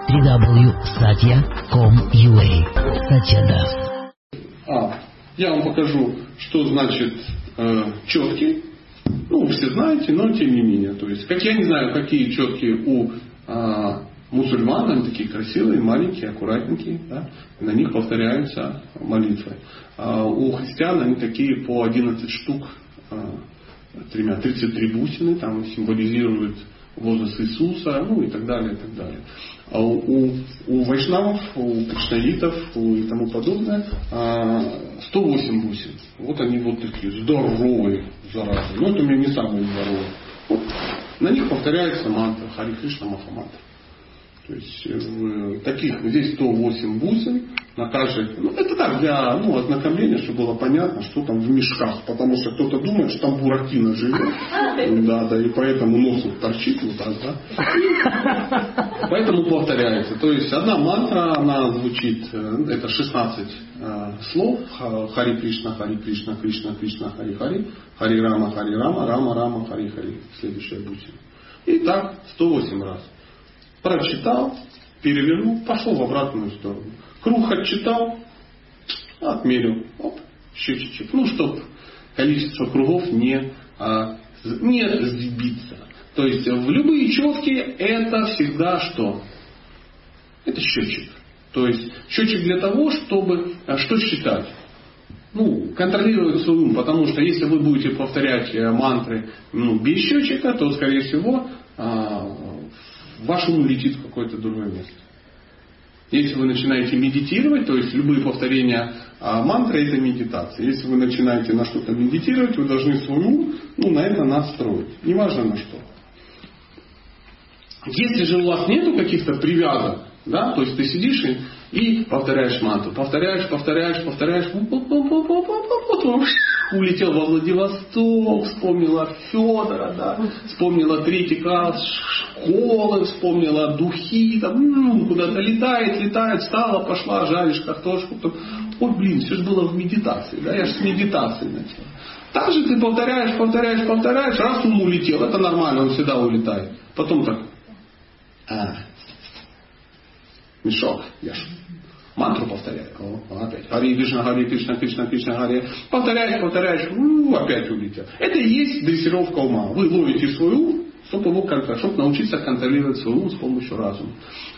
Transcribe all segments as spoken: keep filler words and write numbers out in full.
дабл ю дабл ю дабл ю точка сатья точка ком точка ю а. Satya Das. А, я вам покажу, что значит э, четкий. Ну, вы все знаете, но тем не менее. То есть, как я не знаю, какие четкие у э, мусульман, они такие красивые, маленькие, аккуратненькие, да? На них повторяются молитвы. А у христиан они такие по одиннадцать штук, э, тремя, тридцать три бусины, там символизируют возраст Иисуса, ну и так далее, и так далее. А у, у, у вайшнавов, у кришнаитов у, и тому подобное сто восемь бусин. Вот они вот такие здоровые, заразы. Но это у меня не самые здоровые. Вот. На них повторяется мантра Хари Кришна Маха Мантра. То есть в таких здесь сто восемь бусин на каждой. Ну, это так для ну, ознакомления, чтобы было понятно, что там в мешках. Потому что кто-то думает, что там буратино живет. Да, да, и поэтому нос вот торчит вот так, да. Поэтому повторяется. То есть одна мантра, она звучит, это шестнадцать э, слов. Хари Кришна, Хари Кришна, Кришна, Кришна, Хари Хари. Хари Рама, Хари Рама, Рама Рама, Хари Хари. Следующая бусина. И так сто восемь раз. Прочитал, перевернул, пошел в обратную сторону. Круг отчитал, отмерил, оп, счетчик. Ну, чтобы количество кругов не, а, не сбиться. То есть в любые четкие это всегда что? Это счетчик. То есть счетчик для того, чтобы что считать? Ну, контролировать свой ум. Потому что если вы будете повторять мантры ну, без счетчика, то, скорее всего, ваш ум летит в какое-то другое место. Если вы начинаете медитировать, то есть любые повторения а, мантры это медитация. Если вы начинаете на что-то медитировать, вы должны свой ум ну, на это настроить. Неважно на что. Если же у вас нету каких-то привязок, да, то есть ты сидишь и, и повторяешь мантру, повторяешь, повторяешь, повторяешь, улетел во Владивосток, вспомнила Федора, да, вспомнила третий класс школы, вспомнила духи, там, ну, куда-то летает, летает, встала, пошла, жаришь картошку, потом, ой, блин, все же было в медитации, да, я же с медитации начал. Так же ты повторяешь, повторяешь, повторяешь, раз ум улетел, это нормально, он всегда улетает. Потом так, а, мешок, я ж мантру повторяю. О, опять. Хари Кришна, Хари Кришна, Кришна, Кришна, Хари. Повторяешь, повторяешь, у, опять улетел. Это и есть дрессировка ума. Вы ловите свой ум, чтобы, его, чтобы научиться контролировать свой ум с помощью разума.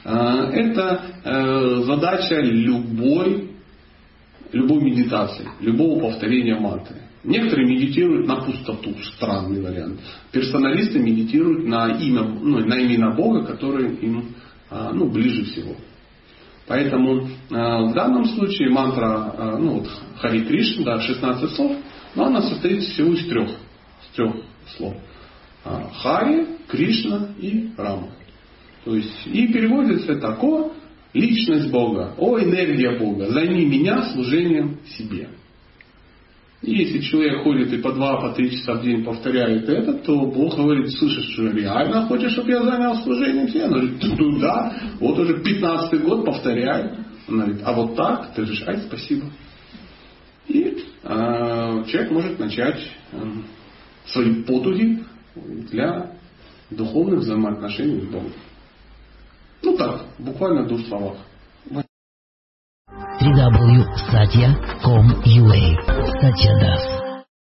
Это задача любой, любой медитации, любого повторения мантры. Некоторые медитируют на пустоту, странный вариант. Персоналисты медитируют на имя, ну, на имена Бога, которые им ну, ближе всего. Поэтому э, в данном случае мантра э, ну, вот, Хари Кришна, да, шестнадцать слов, но она состоит всего из трех, из трех слов. Э, Хари, Кришна и Рама. То есть и переводится так: о личность Бога, о энергия Бога, займи меня служением себе. И если человек ходит и по два, по три часа в день повторяет это, то Бог говорит: слышишь, что реально хочешь, чтобы я занял служением себе? Он говорит: ну да, вот уже пятнадцатый год повторяю. Он говорит: а вот так? Ты говоришь: ай, спасибо. И э, человек может начать э, свои потуги для духовных взаимоотношений с Богом. Ну так, буквально в двух словах. дабл ю дабл ю дабл ю точка сатья точка ком точка ю а. Satya Das.